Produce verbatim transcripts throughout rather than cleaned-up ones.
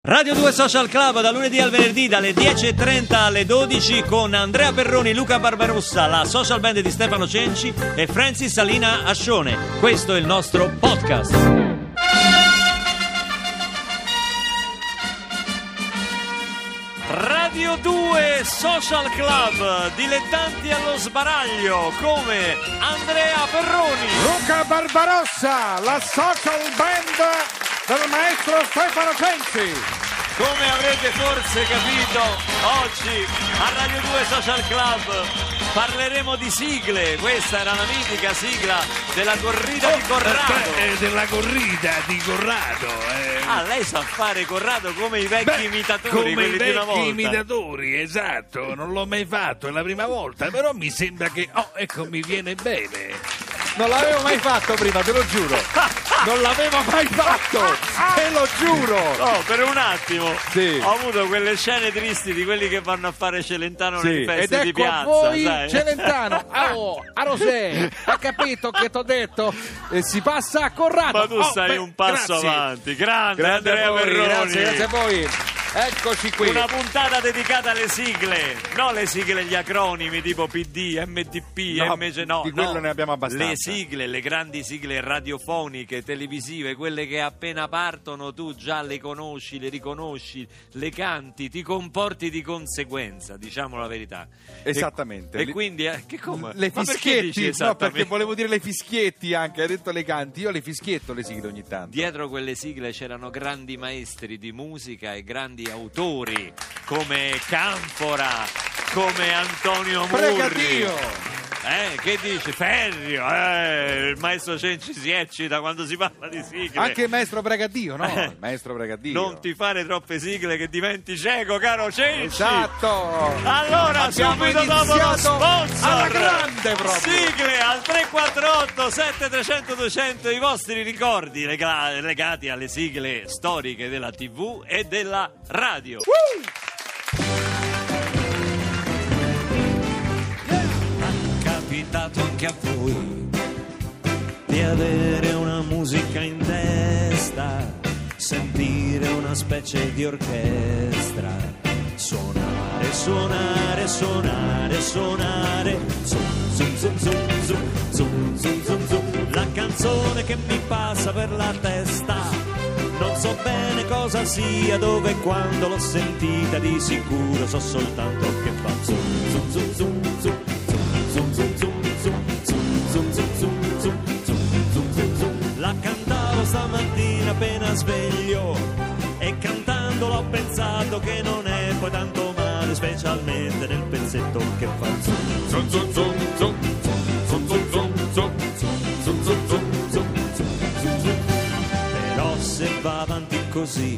Radio due Social Club da lunedì al venerdì dalle dieci e trenta alle dodici con Andrea Perroni, Luca Barbarossa, la social band di Stefano Cenci e Francis Salina Ascione. Questo è il nostro podcast. Radio due Social Club, dilettanti allo sbaraglio come Andrea Perroni, Luca Barbarossa, la social band del maestro Stefano Cenci. Come avrete forse capito, oggi a Radio due Social Club parleremo di sigle. Questa era la mitica sigla della corrida oh, di Corrado. Eh, della corrida di Corrado. Eh. Ah, lei sa fare Corrado come i vecchi Beh, imitatori, come quelli i di una volta. vecchi imitatori, esatto. Non l'ho mai fatto, è la prima volta, però mi sembra che, oh, ecco, mi viene bene. Non l'avevo mai fatto prima, te lo giuro. Non l'avevo mai fatto, te lo giuro. No, per un attimo sì. Ho avuto quelle scene tristi di quelli che vanno a fare Celentano sì. nelle feste Ed di ecco piazza. a voi sai? Celentano. Oh, a Rosè, ha capito che t'ho detto? E si passa a Corrado. Ma tu oh, stai beh, un passo grazie. avanti. Grande, Grande Andrea a voi, Perroni. grazie, grazie a voi. Eccoci qui. Una puntata dedicata alle sigle, non le sigle, gli acronimi tipo P D, M T P, No, M C, no, di quello no. ne abbiamo abbastanza. Le sigle, le grandi sigle radiofoniche, televisive, quelle che appena partono tu già le conosci, le riconosci, le canti, ti comporti di conseguenza, diciamo la verità. Esattamente. E, e Le- quindi, eh, che come? Le Ma perché dici fischietti, no, esattamente? perché volevo dire le fischietti anche, hai detto le canti, io le fischietto le sigle ogni tanto. Dietro quelle sigle c'erano grandi maestri di musica e grandi autori come Canfora, come Antonio Murri. Pregadio! Eh, che dici? Ferrio, eh, il maestro Cenci si eccita quando si parla di sigle. Anche il maestro Pregadio, no? Il maestro Pregadio. Non ti fare troppe sigle che diventi cieco, caro Cenci. Esatto. Allora, Abbiamo subito dopo lo iniziato sponsor, alla grande proprio. sigle al tre quattro otto sette tre zero zero due zero zero, i vostri ricordi lega- legati alle sigle storiche della tivù e della radio. Uh! È capitato anche a voi di avere una musica in testa, sentire una specie di orchestra, suonare, suonare, suonare, suonare, zum, zum, zum, zum, zum, zum, zum, zum, zum. La canzone che mi passa per la testa, non so bene cosa sia, dove e quando l'ho sentita, di sicuro so soltanto che fa zum, zum, zum, zum, zum. La cantavo stamattina appena sveglio e cantando l'ho pensato che non è poi tanto male, specialmente nel pezzetto che fa zum zum zum zum zum zum zum zum zum zum zum zum zum. Però se va avanti così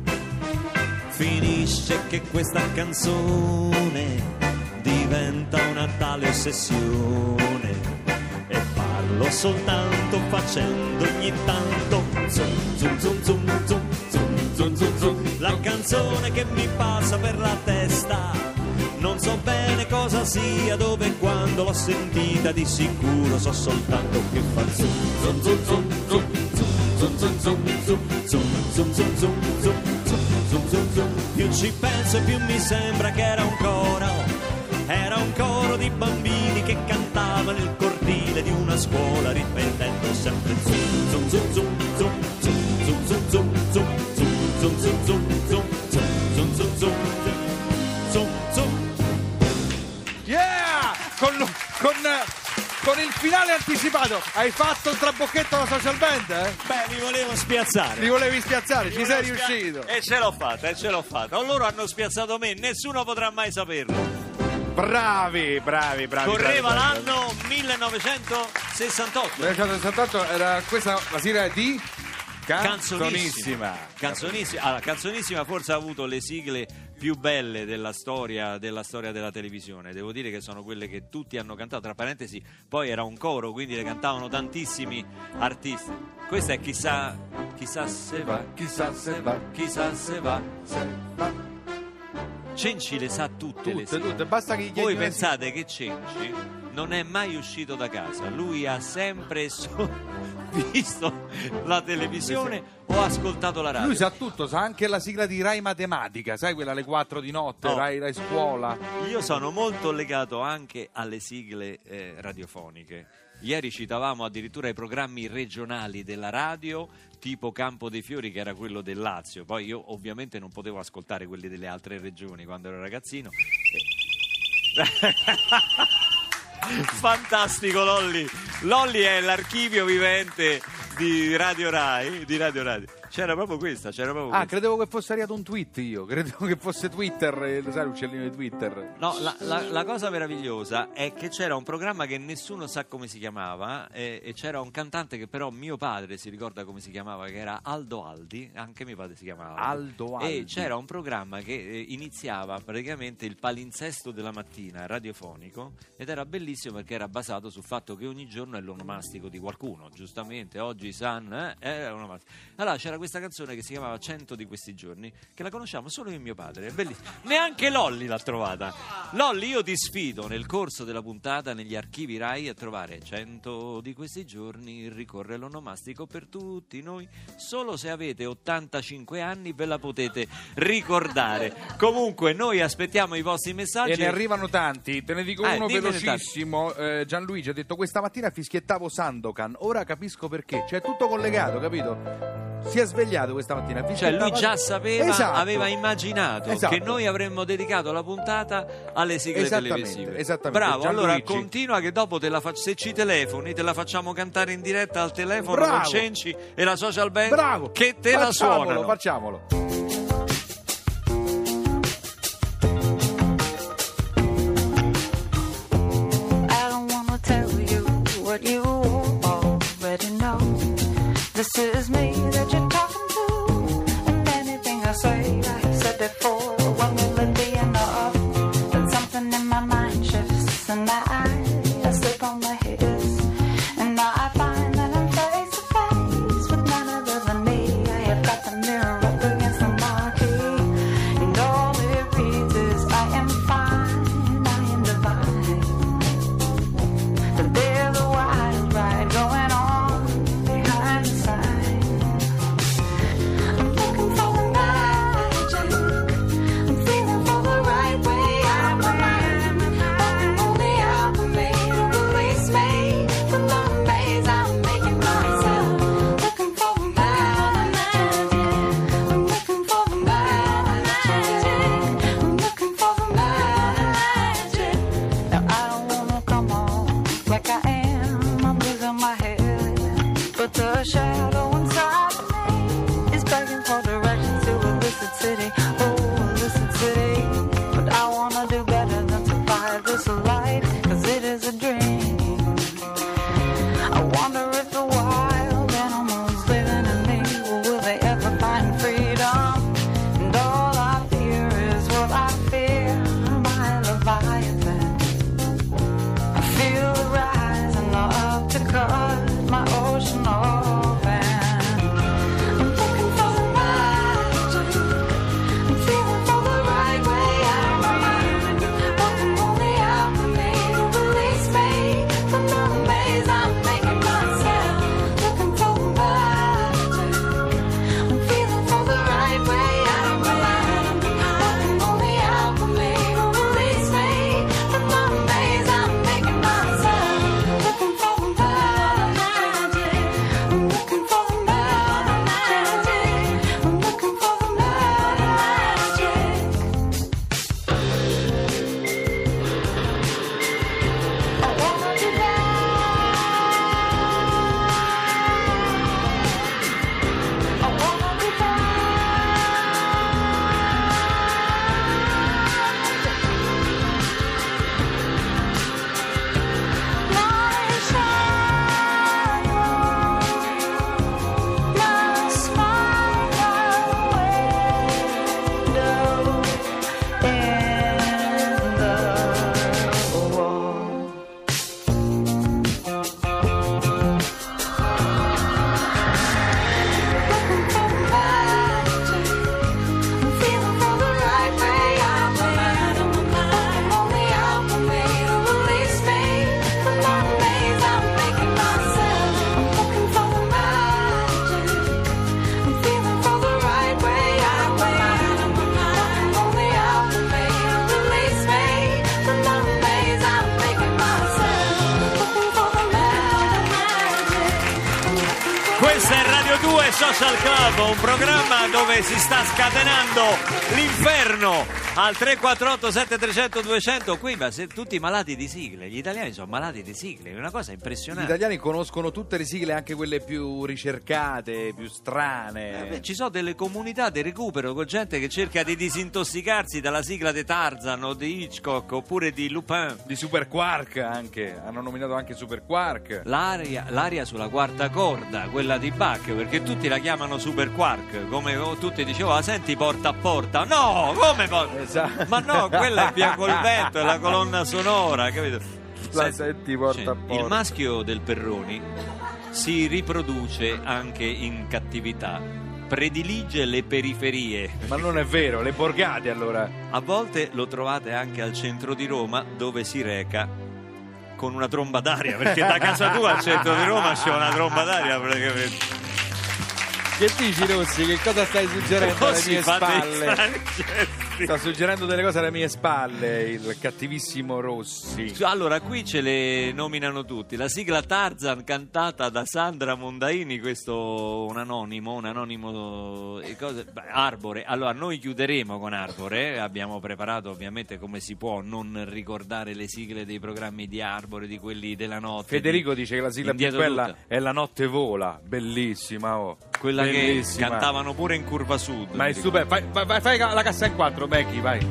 finisce che questa canzone diventa una tale ossessione e parlo soltanto facendo ogni tanto zum zum zum zum zum zum zum zum zum. La canzone che mi passa per la testa, non so bene cosa sia, dove e quando l'ho sentita, di sicuro so soltanto che fa zum zum zum zum zum zum zum zum zum zum zum zum zum zum zum zum. Più ci penso e più mi sembra che era un coro. Era un coro di bambini che cantava nel cortile di una scuola, ripetendo sempre zum zum zum zum zum zum zum zum zum zum zum zum zum zum zum zum zum zum. Yeah! Con, lo- con, con il finale anticipato hai fatto il trabocchetto alla social band, eh? Beh, mi volevo spiazzare. Li volevi spiazzare, Mi ci sei volevo spia- riuscito. E ce l'ho fatta, e ce l'ho fatta. Loro hanno spiazzato me, nessuno potrà mai saperlo. Bravi, bravi, bravi. Correva bravi, bravi. l'anno millenovecentosessantotto. millenovecentosessantotto era questa la sigla di Canzonissima. Canzonissima. Allora, Canzonissima forse ha avuto le sigle più belle della storia, della storia della televisione. Devo dire che sono quelle che tutti hanno cantato. Tra parentesi, poi era un coro, quindi le cantavano tantissimi artisti. Questa è chissà, chissà se va, chissà se va, chissà se va, se va. Cenci le sa tutte, le Tutte, sigle. tutte, basta che gli Voi chiedi- pensate che Cenci non è mai uscito da casa, lui ha sempre so- visto la televisione o ascoltato la radio. Lui sa tutto, sa anche la sigla di Rai Matematica, sai quella alle quattro di notte, No. Rai, Rai Scuola. Io sono molto legato anche alle sigle eh, radiofoniche. Ieri citavamo addirittura i programmi regionali della radio, tipo Campo dei Fiori, che era quello del Lazio. Poi io ovviamente non potevo ascoltare quelli delle altre regioni quando ero ragazzino. Fantastico Lolli. Lolli è l'archivio vivente di Radio Rai, di Radio Radio. C'era proprio questa, c'era proprio Ah, questa. credevo che fosse arrivato un tweet io, credevo che fosse Twitter, eh, sai l'uccellino di Twitter. No, la, la- la cosa meravigliosa è che c'era un programma che nessuno sa come si chiamava e, e c'era un cantante che però mio padre si ricorda come si chiamava, che era Aldo Aldi, anche mio padre si chiamava Aldo Aldi. E c'era un programma che eh, iniziava praticamente il palinsesto della mattina radiofonico ed era bellissimo perché era basato sul fatto che ogni giorno è l'onomastico di qualcuno, giustamente oggi San eh, è onomastico. Allora c'era questa canzone che si chiamava cento di questi giorni, che la conosciamo solo io e mio padre, è bellissima. Neanche Lolli l'ha trovata. Lolli, io ti sfido nel corso della puntata negli archivi Rai a trovare cento di questi giorni, ricorre l'onomastico per tutti noi, solo se avete ottantacinque anni ve la potete ricordare. Comunque noi aspettiamo i vostri messaggi. E ne arrivano tanti, te ne dico Eh, uno dimmene velocissimo. Eh, Gianluigi ha detto: questa mattina fischiettavo Sandokan, ora capisco perché. Cioè, è tutto collegato, capito? Si è svegliato questa mattina. Cioè fischiettava- lui già sapeva, Esatto. aveva immaginato Esatto. che noi avremmo dedicato la puntata alle sigle Esattamente, televisive. esattamente. Bravo, Gianluigi. allora continua che dopo te la fac- se ci telefoni te la facciamo cantare in diretta al telefono Bravo. con Cenci e la social band Bravo, che te la facciamolo, suonano. facciamolo. I don't wanna tell you what you already know. This is me that you're talking to, and anything I say, I said before. When will it be enough? Then something in my mind shifts, and I, I slip on my hips, and now I find that I'm face to face with none other than me. I have got the mirror up against the Social Club, un programma dove si sta scatenando l'inferno al tre quattro otto sette tre zero zero due zero zero. Qui ma se tutti malati di sigle, gli italiani sono malati di sigle, è una cosa Gli impressionante. italiani conoscono tutte le sigle, anche quelle più ricercate, più strane. Eh, beh, ci sono delle comunità di recupero con gente che cerca di disintossicarsi dalla sigla di Tarzan o di Hitchcock oppure di Lupin. Di Super Quark anche, hanno nominato anche Super Quark. L'aria, l'aria sulla quarta corda, quella di Bach, perché tutti la chiamano Super Quark, come oh, tutti dicevano, la senti porta a porta? No, come porta? Esatto. Ma no, quella è Via col vento, è la colonna sonora, capito? La Senti, senti porta cioè, a porta. il maschio del Perroni si riproduce anche in cattività, predilige le periferie. Ma non è vero, le borgate allora. A volte lo trovate anche al centro di Roma, dove si reca con una tromba d'aria, perché da casa tua al centro di Roma c'è una tromba d'aria praticamente. Che dici Rossi? Che cosa stai suggerendo alle Rossi mie fa dei spalle? strani gesti. Sta suggerendo delle cose alle mie spalle, il cattivissimo Rossi. Allora, qui ce le nominano tutti. La sigla Tarzan cantata da Sandra Mondaini, questo un anonimo, un anonimo e cose, beh, Arbore. Allora, noi chiuderemo con Arbore, abbiamo preparato ovviamente come si può non ricordare le sigle dei programmi di Arbore, di quelli della notte. Federico di, dice che la sigla più Indietro bella tutta. è La notte vola, bellissima, oh. Quella Bellissima. che cantavano pure in Curva Sud. Ma è mi stupendo. Fai, fai, fai, fai la cassa in quattro, Becky, vai.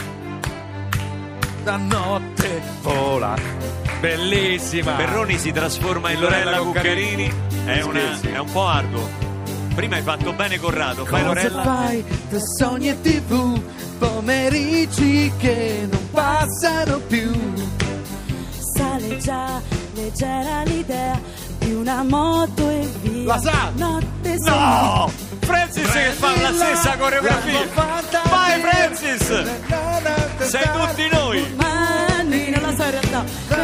La notte vola, bellissima. Perroni si trasforma in Lorella Lorella Cuccarini. Cuccarini, è, una- Scherzi. è un po' arduo. Prima hai fatto bene Corrado, fai Lorella. fai da sogni e tv, pomeriggi che non passano più. Sale già leggera l'idea di una moto e via. La sa! Notte No! Francis che fa la stessa coreografia. Vai Francis! Sei tutti noi. mani, non la so in realtà.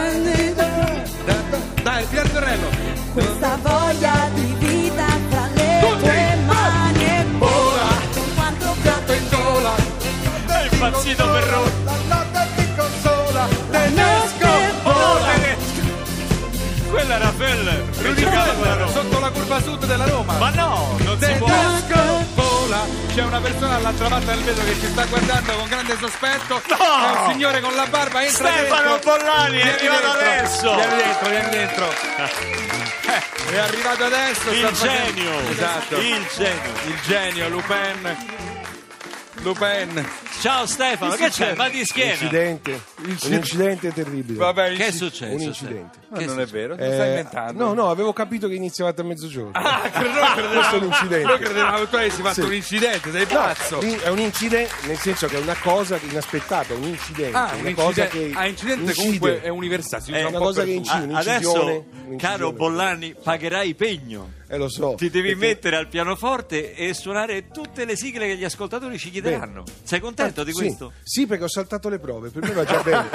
Dai, il fiorellello. Questa voglia di vita fra le Tutti! tue mani e Vola! con quanto Gatto in gola. È impazzito Perroni. La notte ti consola. Tedesco Oh, tedesco. Quella era Feller. Che giocava con la Roma. Sotto la curva sud della Roma. Ma no, non si può. Tedesco vola. C'è una persona all'altra parte del vetro che ci sta guardando con grande sospetto. No! È un signore con la barba, entra Stefano dentro. Bollani è Vieni arrivato dentro. adesso. Vieni dentro, vieni dentro. Eh, è arrivato adesso. Il sta facendo- genio. Esatto. Il genio. Il genio, Lupin. Lupin. Ciao Stefano, che c'è? Ma di schiena. Incidente, un incidente terribile. Vabbè, Che è inci- successo? un Stefano? incidente. Ma Che non è è vero, lo Eh, stai inventando. No, no, avevo capito che iniziavate a mezzogiorno. Ah, credo, credo, Questo è un incidente. Noi credevamo che tu avessi fatto Sì. un incidente, sei No, pazzo. lì è un incidente, nel senso che è una cosa inaspettata, un incidente. Ah, una un cosa incidente, che ah, incidente incide. comunque è universale. si usa Eh, un una po' cosa per che tutto. incide. Ah, adesso, un'incisione, caro un'incisione. Bollani, pagherai pegno. Eh, lo so. Ti devi Perché- mettere al pianoforte e suonare tutte le sigle che gli ascoltatori ci chiederanno. Sei contento di Sì, questo? Sì, perché ho saltato le prove, per me va già bene.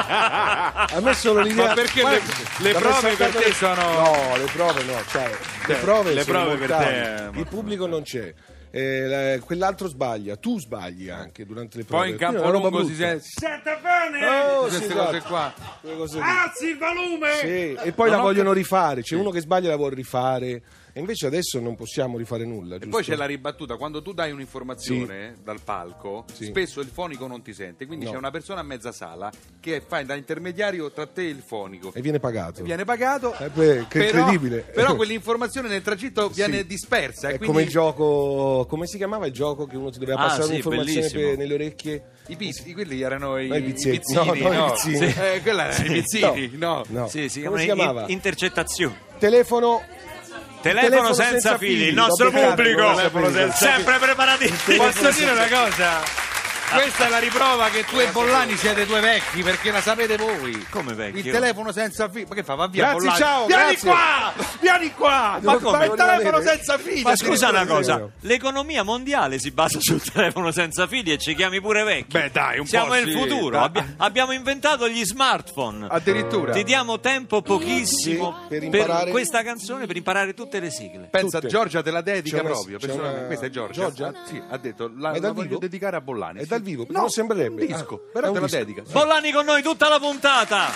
A me solo l'idea. Ma perché Guarda, le- le l'aver prove per saltato te le- sono- No, le prove no, cioè, le Cioè, prove le sono prove per mortali. te, ma- Il pubblico non c'è. Eh, la- quell'altro sbaglia, tu sbagli anche durante le prove. Poi in Quindi è campo una roba lungo si brutta. sente Sente bene! Oh, queste sì, cose esatto. qua. Quelle cose lì. Alzi il volume! Sì, e poi Non la ho vogliono cap- rifare, c'è uno che sbaglia e la vuole rifare, e invece adesso non possiamo rifare nulla. E giusto? poi c'è la ribattuta, quando tu dai un'informazione dal palco, Sì. spesso il fonico non ti sente, quindi No. c'è una persona a mezza sala che fa da intermediario tra te e il fonico. E viene pagato. Viene pagato, Eh beh, che però, incredibile. però quell'informazione nel tragitto viene Sì. dispersa. E È quindi come il gioco, come si chiamava il gioco che uno ti doveva Ah, passare sì, un'informazione bellissimo. per- nelle orecchie? i pizzi, quelli erano i, No, i i pizzetti. pizzini, No, no, i pizzini. Eh, quelli erano i pizzini, no. No. Sì, si Come chiamano si in- chiamava? intercettazioni. Telefono. Telefono, Telefono senza, senza fili, fili, il nostro l'ho beccato, pubblico, non lo sapevo. sempre preparatissimo. Posso dire una cosa? Questa è la riprova che tu e Bollani siete due vecchi, perché la sapete voi. Come vecchio? Il telefono senza fili. Ma che fa? Va via Grazie, Bollani. ciao, Vieni grazie. qua! Vieni qua! Ma Ma come? come? Il telefono Volete senza fili. Ma scusa una addirittura. cosa, l'economia mondiale si basa sul telefono senza fili e ci chiami pure vecchi. Beh, dai, un Siamo po' nel sì, futuro, dai. Abbi- abbiamo inventato gli smartphone. Addirittura. Ti diamo tempo pochissimo Sì, per imparare- questa canzone, per imparare tutte le sigle. Pensa, Tutte. Giorgia te la dedica C'è una- proprio. c'è personalmente. una- Questa è Giorgia. Giorgia? Ah, sì, ha detto la, Ma è la dal voglio vivo? dedicare a Bollani. È sì. dal vivo? Perché No, non sembrerebbe. un disco, Ah, però è un te la disco. dedica. sì. Bollani con noi tutta la puntata.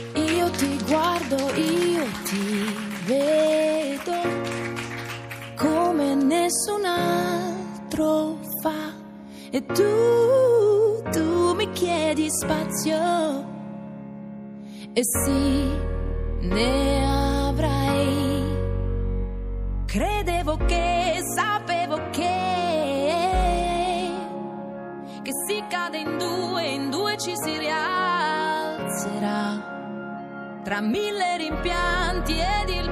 Io ti guardo, io ti vedo nessun altro fa. E tu, tu mi chiedi spazio, e sì, ne avrai. Credevo che, sapevo che, che si cade in due, in due ci si rialzerà. Tra mille rimpianti ed il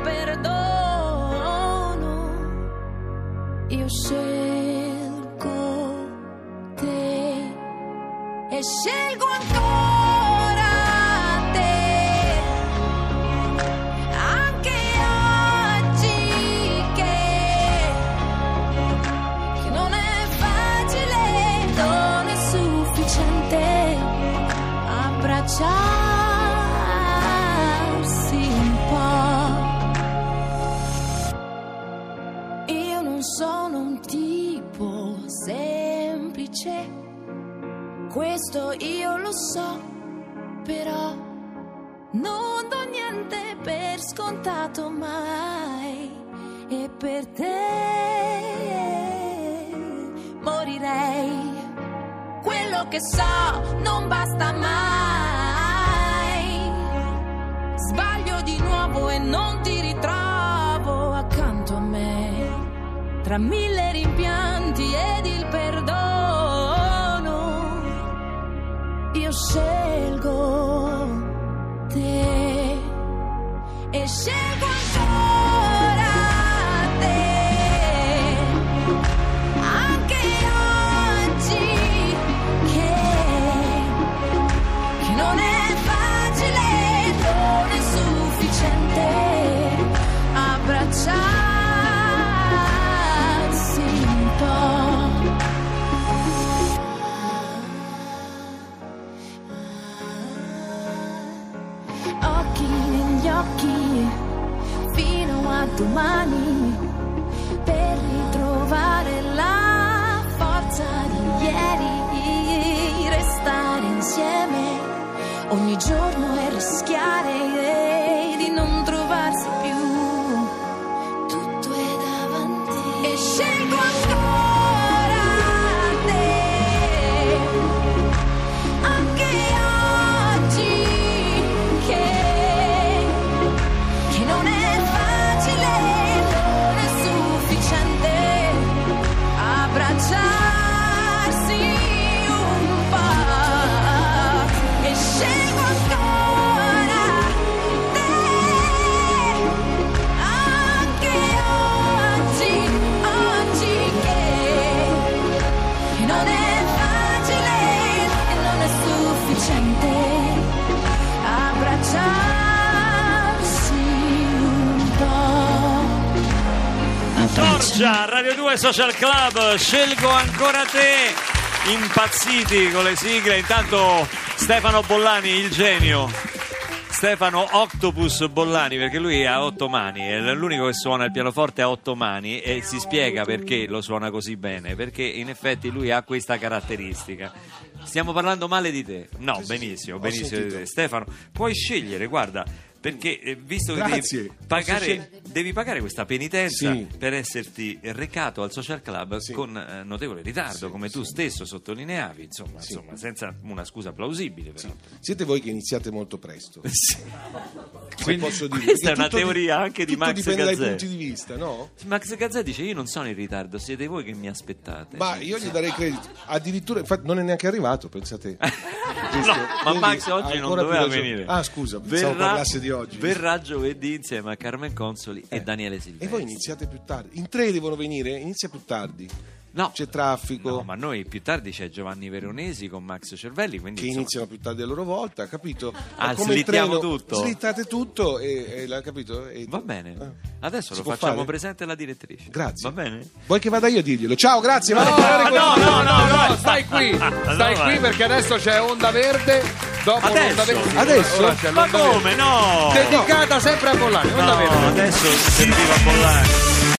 perdono, io scelgo te e scelgo ancora te, anche oggi che, che non è facile, non è sufficiente abbracciare. Sono un tipo semplice, questo io lo so, però non do niente per scontato mai, e per te morirei. Quello che so non basta mai, sbaglio di nuovo e non ti ritrovo accanto a me. Tra mille rimpianti ed il perdono, io scelgo te e scelgo ancora te, anche oggi che, che non è facile, non è sufficiente abbracciare. Occhi fino a domani per ritrovare la forza di ieri, restare insieme ogni giorno e rischiare di non trovarsi più, tutto è davanti e scelgo ancora te, anche oggi che abbracciarsi un po' e scelgo ancora te, anche oggi, oggi che, che non è facile e non è sufficiente abbracciarsi un po'. Giorgia, Radio due Social Club, scelgo ancora te, impazziti con le sigle. Intanto Stefano Bollani, il genio, Stefano Octopus Bollani, perché lui ha otto mani, è l'unico che suona il pianoforte a otto mani, e si spiega perché lo suona così bene, perché in effetti lui ha questa caratteristica. Stiamo parlando male di te? No, benissimo, benissimo di te. Stefano, puoi scegliere, guarda, perché eh, visto che devi pagare, devi pagare questa penitenza, sì, per esserti recato al Social Club, sì, con eh, notevole ritardo, sì, come tu, sì, stesso sottolineavi, insomma, sì, insomma, senza una scusa plausibile, però. Sì. Siete voi che iniziate molto presto. Sì. Quindi, posso dire, questa è una teoria di, anche di Max dipende Gazzè. dai punti di vista, no? Max Gazzè dice: io non sono in ritardo, siete voi che mi aspettate. Ma io gli darei credito, addirittura, infatti non è neanche arrivato, pensate. No, ma Max oggi non doveva venire. Ah, scusa, pensavo verrà, parlasse di oggi. Verrà giovedì insieme a Carmen Consoli eh. e Daniele Silvestri. E voi iniziate più tardi. In tre devono venire? Inizia più tardi. No, c'è traffico. No, ma noi più tardi c'è Giovanni Veronesi con Max Cervelli, quindi che insomma... iniziano più tardi a loro volta, capito? Ah, come slittiamo treno, tutto. Slittate tutto e, e l'ha capito? E... Va bene. Ah. Adesso si lo facciamo fare? presente alla direttrice. Grazie. Va bene? Vuoi che vada io a dirglielo? Ciao, grazie. No, vado a no, no, no, no, no, no, stai qui. Stai no, qui perché adesso c'è Onda Verde. Dopo adesso? l'Onda Verde. Adesso? Ora c'è Ma l'Onda come? Verde. No! Dedicata sempre a Bollani. Onda No, Verde. adesso si sentiva Bollani.